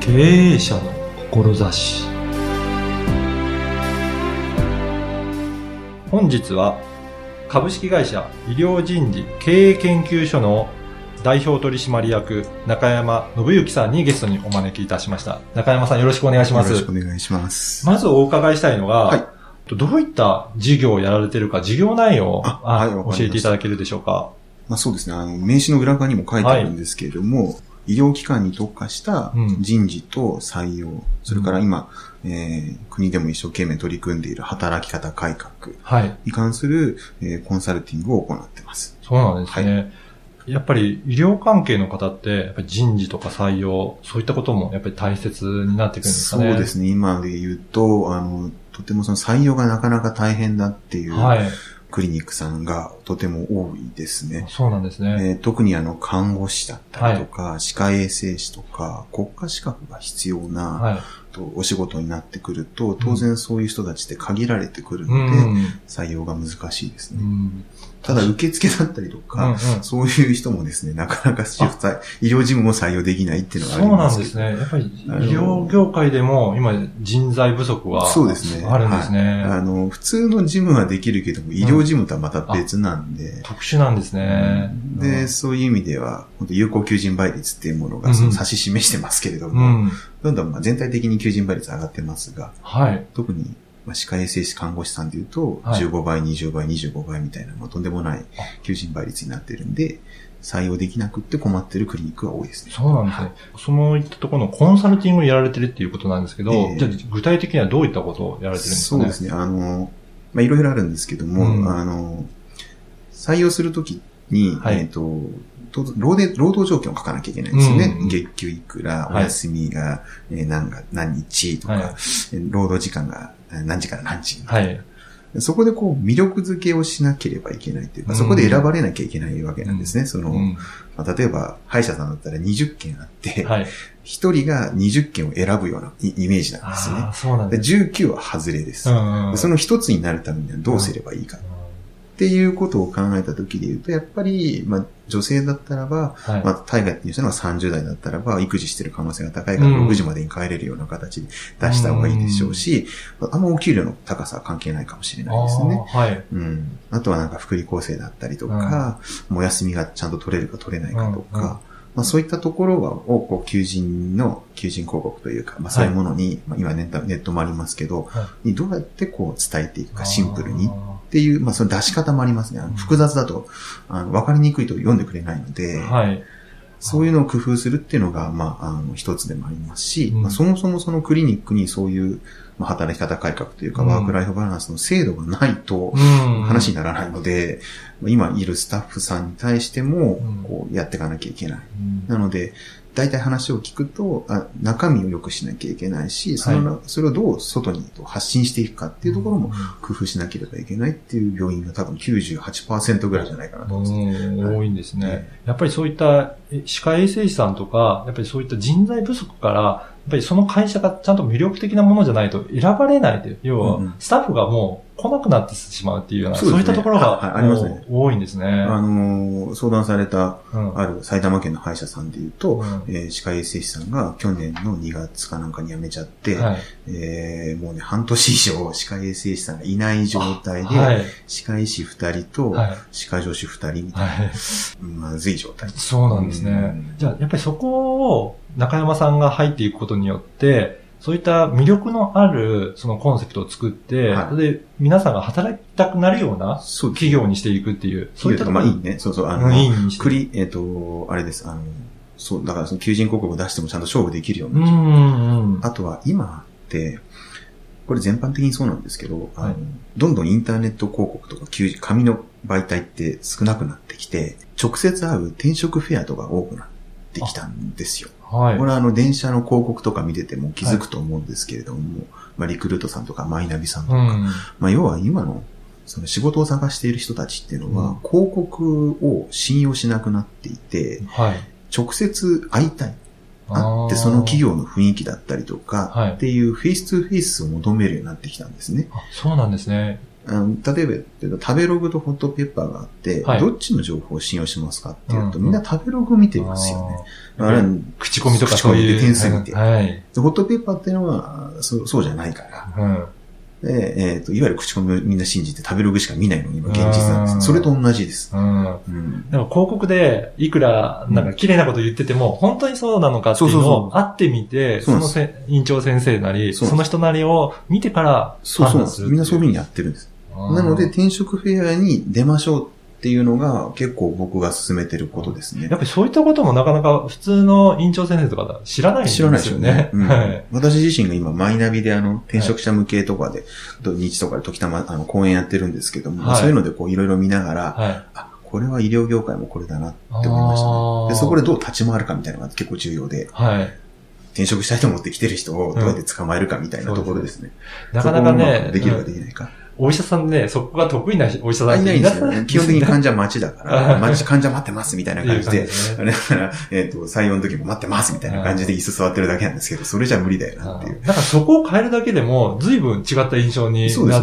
経営者の志。本日は株式会社医療人事経営研究所の代表取締役中山信之さんにゲストにお招きいたしました。中山さん、よろしくお願いします。 よろしくお願いします。 まずお伺いしたいのが、はい、どういった事業をやられているか、事業内容を教えていただけるでしょうか。 そうですね。名刺の裏側にも書いてあるんですけれども、医療機関に特化した人事と採用、それから今、国でも一生懸命取り組んでいる働き方改革に関する、コンサルティングを行っています。 そうなんですね。やっぱり医療関係の方って、やっぱり人事とか採用、そういったこともやっぱり大切になってくるんですかね。 そうですね。今で言うと、とてもその採用がなかなか大変だっていう、クリニックさんがとても多いですね。 そうなんですね。 特に看護師だったりとか、歯科衛生士とか、国家資格が必要な、お仕事になってくると、当然そういう人たちって限られてくるので、採用が難しいですね。ただ受付だったりとか、そういう人もですね、なかなか医療事務も採用できないっていうのがありますけど。 そうなんですね。やっぱり医療業界でも今人材不足はそうですね。 あるんですね。 普通の事務はできるけども、医療事務とはまた別なんで。 特殊なんですね。 で、そういう意味では、本当有効求人倍率っていうものが指し示してますけれども、どんどん全体的に求人倍率上がってますが、特に歯科衛生士看護師さんでいうと、15倍、20倍、25倍みたいな、とんでもない求人倍率になってるんで、採用できなくって困ってるクリニックが多いですね。 そうなんですね。そういったところのコンサルティングをやられてるっていうことなんですけど、じゃあ具体的にはどういったことをやられてるんですかね。 そうですね。いろいろあるんですけども、採用するときに、労働条件を書かなきゃいけないんですよね。月給いくら、お休みが何日とか、労働時間が何時から何時。そこで魅力づけをしなければいけないというか、そこで選ばれなきゃいけないわけなんですね。例えば、歯医者さんだったら20件あって、1人が20件を選ぶようなイメージなんですね。 そうなんです。 19は外れです。その一つになるためにはどうすればいいか。っていうことを考えたときで言うと、やっぱり、女性だったらば、体外にしたのは30代だったらば、育児してる可能性が高いから6時までに帰れるような形で出した方がいいでしょうし、あんまお給料の高さは関係ないかもしれないですね。あとは福利厚生だったりとか、お休みがちゃんと取れるか取れないかとか、そういったところを、求人広告というか、そういうものに、今ネットもありますけど、にどうやって伝えていくか、シンプルにっていう、その出し方もありますね。複雑だと、わかりにくいと読んでくれないので、そういうのを工夫するっていうのが、一つでもありますし、そもそもそのクリニックにそういう、働き方改革というか、ワークライフバランスの制度がないと、話にならないので、今いるスタッフさんに対しても、やっていかなきゃいけない。なので、大体話を聞くと、中身を良くしなきゃいけないし、それをどう外に発信していくかっていうところも工夫しなければいけないっていう病院が多分 98% ぐらいじゃないかなと思います。 多いんですね。やっぱりそういった歯科衛生士さんとか、やっぱりそういった人材不足から、やっぱりその会社がちゃんと魅力的なものじゃないと選ばれないという、要はスタッフがもう来なくなってしまうっていうような、そういったところが多いんですね。 相談されたある埼玉県の歯医者さんでいうと、歯科衛生士さんが去年の2月かなんかに辞めちゃって、もうね、半年以上歯科衛生士さんがいない状態で、歯科医師2人と歯科助手2人みたいな、まずい状態。 そうなんですね。じゃあ、やっぱりそこを中山さんが入っていくことによって、そういった魅力のあるそのコンセプトを作って、で、皆さんが働きたくなるような企業にしていくっていう。 そういったところ。いいね。そうそう。 いいにして。 あれです。そう、だからその求人広告を出してもちゃんと勝負できるように。あとは今って、これ全般的にそうなんですけど、どんどんインターネット広告とか紙の媒体って少なくなってきて、直接会う転職フェアとか多くなってきたんですよ。これは電車の広告とか見てても気づくと思うんですけれども、リクルートさんとかマイナビさんとか、要は今のその仕事を探している人たちっていうのは、広告を信用しなくなっていて、直接会いたい。会ってその企業の雰囲気だったりとか、っていうフェイストゥフェイスを求めるようになってきたんですね。 そうなんですね。 例えば、食べログとホットペッパーがあって、はい、どっちの情報を信用しますかっていうと、みんな食べログを見てますよね。 口コミとかそういう。 点数見て、はい。ホットペッパーっていうのは、そうじゃないから。で、いわゆる口コミをみんな信じて食べログしか見ないのが今現実なんです。それと同じです。 でも広告でいくらなんか綺麗なこと言ってても、本当にそうなのかっていうのを会ってみて、その院長先生なり、その人なりを見てから判断する。 みんなそういうふうにやってるんです。なので転職フェアに出ましょうっていうのが結構僕が進めてることですね。 やっぱりそういったこともなかなか普通の院長先生とか知らないんですよね。知らないですよね。 はい、私自身が今マイナビで転職者向けとかで、日とかで時たま講演やってるんですけども、そういうのでいろいろ見ながら、これは医療業界もこれだなって思いましたね。でそこでどう立ち回るかみたいなのが結構重要で。転職したいと思って来てる人をどうやって捕まえるかみたいなところですね。 なかなかね。 できるかできないか。 お医者さんね、そこが得意なお医者さんいないんですよね。基本的に患者待ちだから、患者待ってますみたいな感じで、だから、採用の時も待ってますみたいな感じで椅子座ってるだけなんですけど、それじゃ無理だよなっていう。 だからそこを変えるだけでも、随分違った印象になって、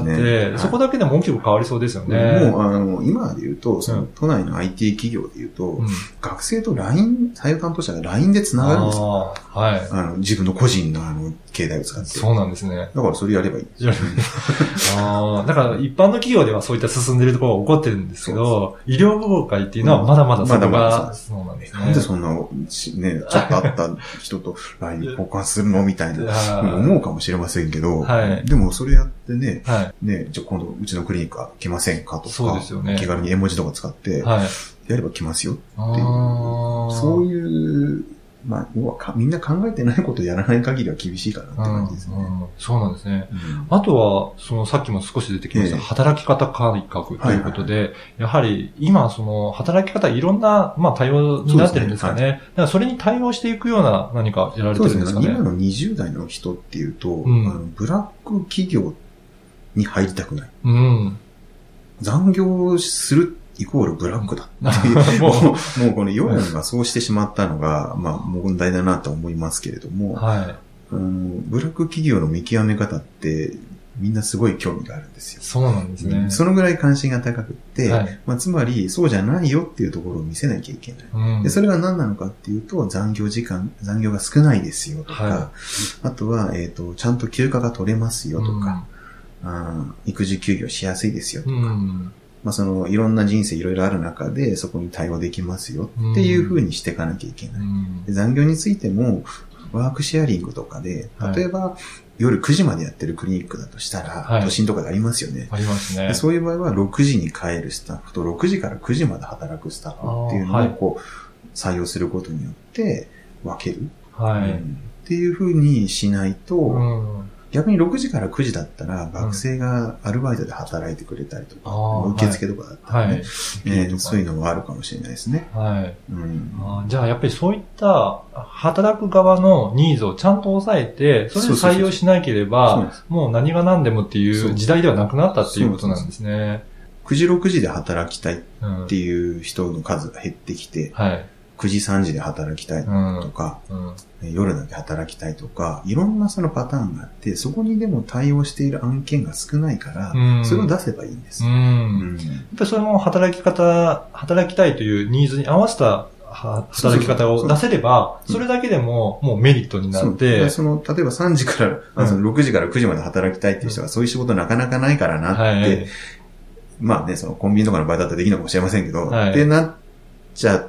そこだけでも大きく変わりそうですよね。 もう、今で言うと、都内の IT 企業で言うと、学生と LINE、採用担当者が LINE で繋がるんですよ。自分の個人の携帯を使って。 そうなんですね。 だからそれやればいい。 だから一般の企業ではそういった進んでるところが起こってるんですけど、医療業界っていうのはまだまだそこが、そうなんですね。 なんでそんな、ね、ちょっと会った人と LINE 交換するのみたいな、思うかもしれませんけど、でもそれやってね、じゃあ今度うちのクリニックは来ませんかとか、そうですよね、気軽に絵文字とか使って、やれば来ますよっていう、そういう、みんな考えてないことをやらない限りは厳しいかなって感じですね。 そうなんですね。あとは、さっきも少し出てきました、働き方改革ということで、やはり今、働き方いろんな、多様になってるんですかね。だからそれに対応していくような何かやられてるんですかね。 今の20代の人っていうと、ブラック企業に入りたくない。残業するイコールブラックだっていう。もうこの世論がそうしてしまったのが、問題だなと思いますけれども、ブラック企業の見極め方ってみんなすごい興味があるんですよ。 そうなんですね。 そのぐらい関心が高くって、つまりそうじゃないよっていうところを見せなきゃいけない。でそれが何なのかっていうと、残業が少ないですよとか、あとは、ちゃんと休暇が取れますよとか、育児休業しやすいですよとか、いろんな人生いろいろある中でそこに対応できますよっていう風にしていかなきゃいけない。で残業についてもワークシェアリングとかで、例えば夜9時までやってるクリニックだとしたら、都心とかでありますよね。 ありますね。 そういう場合は6時に帰るスタッフと6時から9時まで働くスタッフっていうのを採用することによって分ける。っていう風にしないと、逆に6時から9時だったら、学生がアルバイトで働いてくれたりとか、受付とかだったらね、そういうのもあるかもしれないですね。 じゃあやっぱりそういった働く側のニーズをちゃんと抑えて、それで採用しなければ、もう何が何でもっていう時代ではなくなったっていうことなんですね。 9時6時で働きたいっていう人の数が減ってきて、9時3時で働きたいとか、夜だけ働きたいとか、いろんなそのパターンがあって、そこにでも対応している案件が少ないから、それを出せばいいんです。やっぱりそれも働きたいというニーズに合わせた働き方を出せれば、それだけでももうメリットになって。例えば 3時から、6時から9時まで働きたいっていう人がそういう仕事なかなかないからなって、そのコンビニとかの場合だったらできるのかもしれませんけど、ってなっちゃって、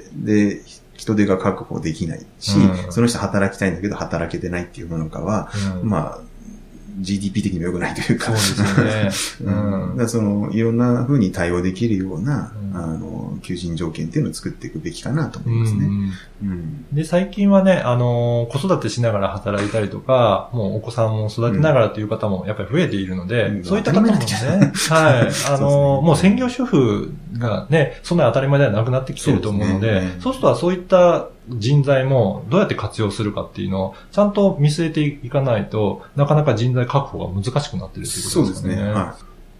で、人手が確保できないし、その人働きたいんだけど働けてないっていうのなんかは、GDP 的にも良くないというか、そうですね。いろんな風に対応できるような、求人条件っていうのを作っていくべきかなと思いますね。 で、最近はね、子育てしながら働いたりとか、もうお子さんも育てながらという方もやっぱり増えているので、そういった方もね、もう専業主婦がね、そんな当たり前ではなくなってきてると思うので、そうするとそういった人材もどうやって活用するかっていうのをちゃんと見据えていかないと、なかなか人材確保が難しくなっているということですね。そうですね。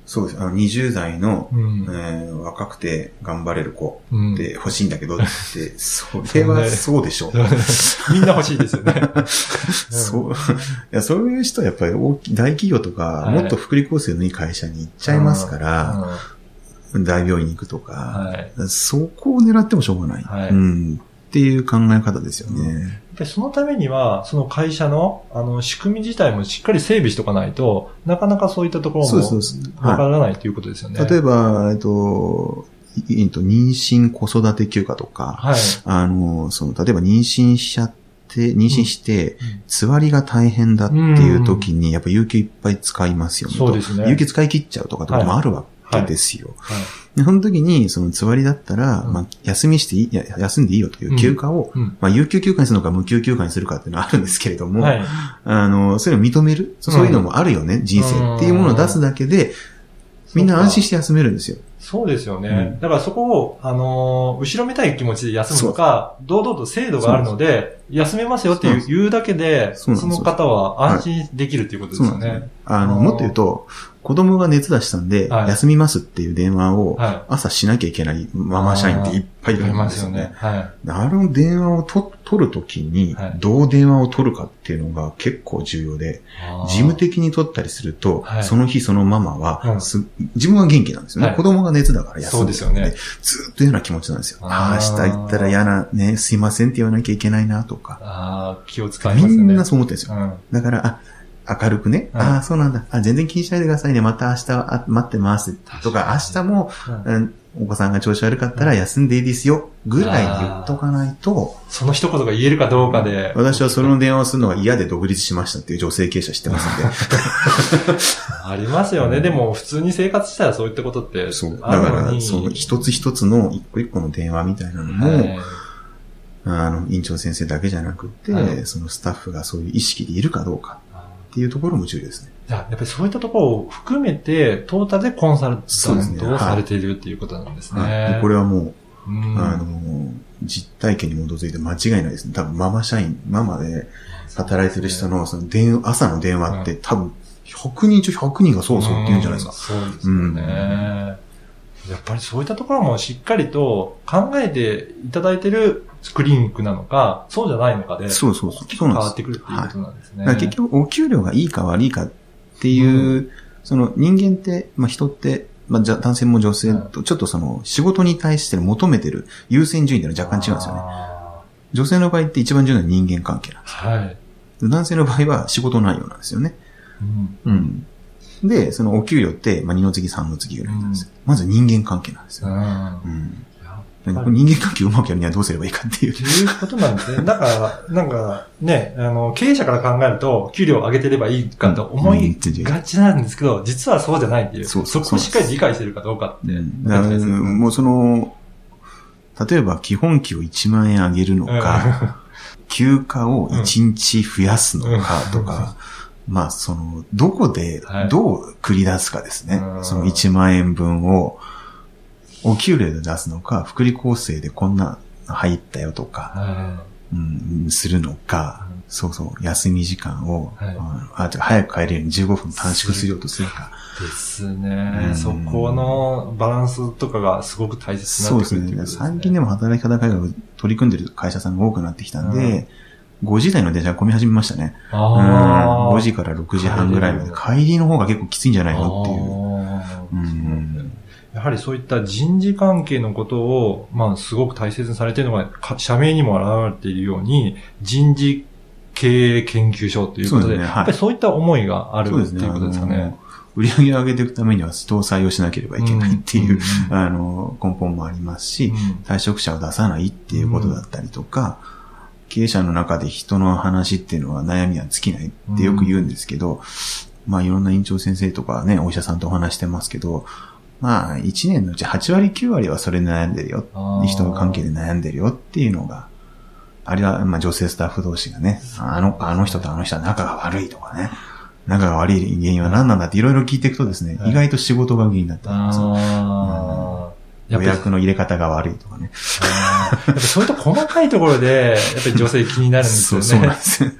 そうです。20代の、若くて頑張れる子って欲しいんだけどって、それはそうでしょう。 みんな欲しいですよね。 そう。いや、そういう人はやっぱり大企業とか、もっと福利厚生のいい会社に行っちゃいますから、大病院に行くとか、そこを狙ってもしょうがない。っていう考え方ですよね。 やっぱりそのためには、その会社の、仕組み自体もしっかり整備しとかないと、なかなかそういったところもわからないということですよね。 例えば、妊娠子育て休暇とか、例えば妊娠して、つわりが大変だっていう時に、やっぱ有給いっぱい使いますよね。 そうですね。 有給使い切っちゃうとかもあるわけですよ。でその時に、そのつわりだったら、休んでいいよという休暇を、有給休暇にするのか無給休暇にするかっていうのはあるんですけれども、それを認める、そういうのもあるよね、人生っていうものを出すだけで、みんな安心して休めるんですよ。 そうですよね。だからそこを、後ろめたい気持ちで休むのか、堂々と制度があるので、休めますよって言うだけで、その方は安心できるっていうことですよね。 もっと言うと、子供が熱出したんで、休みますっていう電話を朝しなきゃいけないママ社員っていっぱいいるんですよね。あの電話を取るときに、どう電話を取るかっていうのが結構重要で、事務的に取ったりすると、その日そのママは、自分は元気なんですよね。子供が熱だから休んでるので、ずっと嫌な気持ちなんですよ。明日行ったら嫌な、ね、すいませんって言わなきゃいけないなとか。 気を使いますね。 みんなそう思ってるんですよ。だから、明るくね、そうなんだ。全然気にしないでくださいね。また明日待ってます。とか、明日も、お子さんが調子悪かったら休んでいいですよ。ぐらい言っとかないと。 その一言が言えるかどうかで。 私はその電話をするのが嫌で独立しましたっていう女性経営者知ってますんで。 ありますよね。でも普通に生活したらそういったことって。 そう。だから、その一つ一つの一個一個の電話みたいなのも、院長先生だけじゃなくて、そのスタッフがそういう意識でいるかどうか。っていうところも重要ですね。 じゃあ、やっぱりそういったところを含めて、トータルでコンサルタントをされているっていうことなんですね。 これはもう、実体験に基づいて間違いないですね。多分ママで働いてる人の、その朝の電話って多分、100人中100人がそうって言うんじゃないですか。 そうですよね。やっぱりそういったところもしっかりと考えていただいてるクリニックなのか、そうじゃないのかで、変わってくるっていうことなんですね。 結局、お給料がいいか悪いかっていう、その人間って、人って、男性も女性と、ちょっとその仕事に対して求めてる優先順位っていうのは若干違うんですよね。女性の場合って一番重要な人間関係なんですよ。男性の場合は仕事内容なんですよね。で、そのお給料って、2の次、3の次ぐらいなんですよ。まず人間関係なんですよ。人間関係をうまくやるにはどうすればいいかっていう。 ということなんですね。だから、なんかね、経営者から考えると、給料を上げてればいいかと思いがちなんですけど、実はそうじゃないっていう。そこをしっかり理解してるかどうかって。 もうその、例えば基本給を1万円上げるのか、休暇を1日増やすのかとか、その、どこでどう繰り出すかですね。その1万円分を、お給料で出すのか、福利厚生でこんな入ったよとか、するのか、休み時間を、早く帰れるように15分短縮するようとするか。 ですね。そこのバランスとかがすごく大切になってくるっていうことですね。 最近でも働き方改革取り組んでる会社さんが多くなってきたんで、5時台の電車が混み始めましたね。5時から6時半ぐらいまで。帰りの方が結構きついんじゃないのっていう。 やはりそういった人事関係のことを、すごく大切にされているのが、社名にも表れているように、人事経営研究所ということで、やっぱりそういった思いがあるっていうことですかね。 売り上げを上げていくためには人を採用しなければいけないっていう、根本もありますし、退職者を出さないっていうことだったりとか、経営者の中で人の話っていうのは悩みは尽きないってよく言うんですけど、いろんな院長先生とかね、お医者さんとお話してますけど、1年のうち8割9割はそれで悩んでるよ。人の関係で悩んでるよっていうのが、あれは女性スタッフ同士がね、あの人とあの人は仲が悪いとかね、仲が悪い原因は何なんだっていろいろ聞いていくとですね、意外と仕事が原因だったりします。 予約の入れ方が悪いとかね。 やっぱそういった細かいところで、やっぱり女性気になるんですよね。 そうなん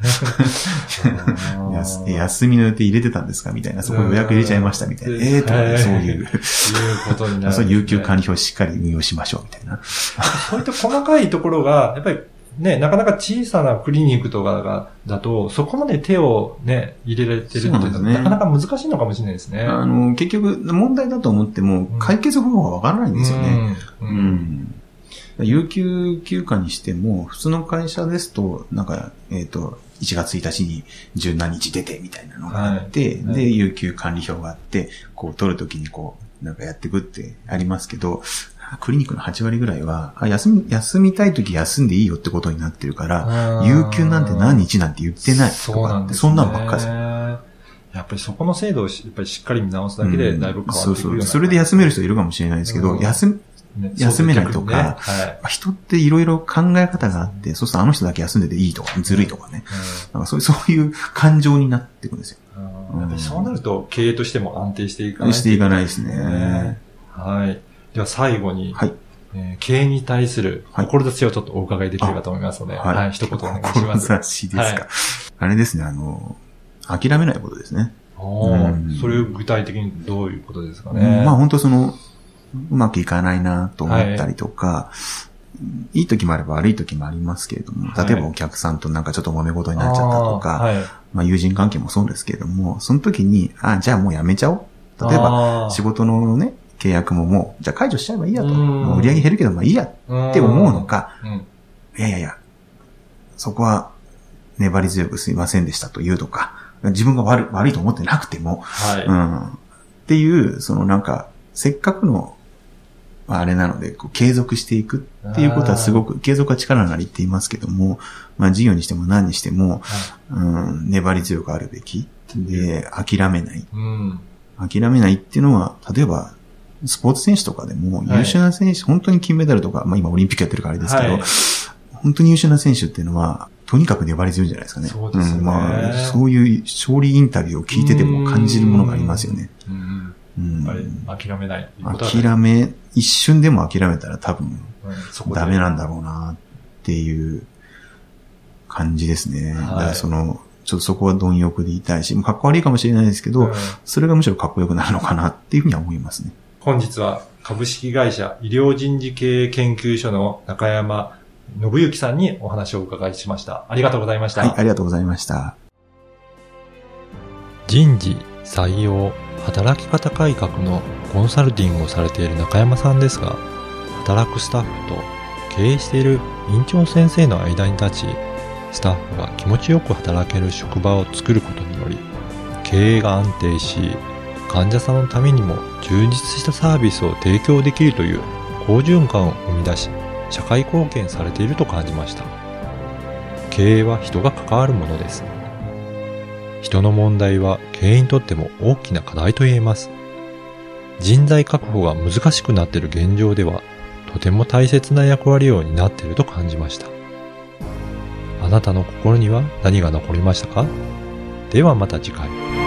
です休みの予定入れてたんですかみたいな。そこ予約入れちゃいましたみたいな。とかね、そういう。 ことになる、 そういう有給管理表しっかり運用しましょうみたいな。 そういった細かいところが、やっぱりね、なかなか小さなクリニックとかだと、そこまで手をね、入れられてるっていうのは、なかなか難しいのかもしれないですね。 結局、問題だと思っても、解決方法がわからないんですよね。有給休暇にしても、普通の会社ですと、なんか、1月1日に十何日出てみたいなのがあって、で、有給管理表があって、こう、取るときにこう、なんかやっていくってありますけど、クリニックの8割ぐらいは、休みたいとき休んでいいよってことになってるから、有給なんて何日なんて言ってないとかって、そんなんばっかりです。 やっぱりそこの制度をやっぱりしっかり見直すだけでだいぶ変わってくるような、 そう。それで休める人いるかもしれないですけど、休めないとか、人っていろいろ考え方があって、そうするとあの人だけ休んでていいとか、ずるいとかね。なんかそういう感情になっていくんですよ。 やっぱりそうなると経営としても安定していかない。 していかないですね。 はい。では最後に、 はい。 経営に対する志をちょっとお伺いできればと思いますので、はい。一言お願いします。 志ですか。あれですね、諦めないことですね。 それを具体的にどういうことですかね。 本当うまくいかないなと思ったりとか、いい時もあれば悪い時もありますけれども、例えばお客さんとなんかちょっと揉め事になっちゃったとか、友人関係もそうですけれども、その時に、じゃあもうやめちゃおう。例えば仕事のね、契約ももう、じゃあ解除しちゃえばいいやと。もう売り上げ減るけどまあいいやって思うのか、いや、そこは粘り強くすいませんでしたというとか、自分が悪いと思ってなくても、っていう、なんか、せっかくのあれなので、継続していくっていうことはすごく、継続は力なりって言いますけども、事業にしても何にしても、粘り強くあるべき。で、諦めない。諦めないっていうのは、例えば、スポーツ選手とかでも、優秀な選手、本当に金メダルとか、今オリンピックやってるからあれですけど、本当に優秀な選手っていうのは、とにかく粘り強いんじゃないですかね。 そうですね。 そういう勝利インタビューを聞いてても感じるものがありますよね。 諦めない。 一瞬でも諦めたら多分、ダメなんだろうなっていう感じですね。だからちょっとそこは貪欲でいたいし、かっこ悪いかもしれないですけど、それがむしろかっこよくなるのかなっていうふうには思いますね。 本日は株式会社医療人事経営研究所の中山信之さんにお話をお伺いしました。ありがとうございました。 はい、ありがとうございました。 人事、採用、働き方改革のコンサルティングをされている中山さんですが、働くスタッフと経営している院長先生の間に立ち、スタッフが気持ちよく働ける職場を作ることにより、経営が安定し、患者さんのためにも充実したサービスを提供できるという好循環を生み出し、社会貢献されていると感じました。経営は人が関わるものです。人の問題は経営にとっても大きな課題と言えます。人材確保が難しくなっている現状では、とても大切な役割を担っていると感じました。あなたの心には何が残りましたか？ではまた次回。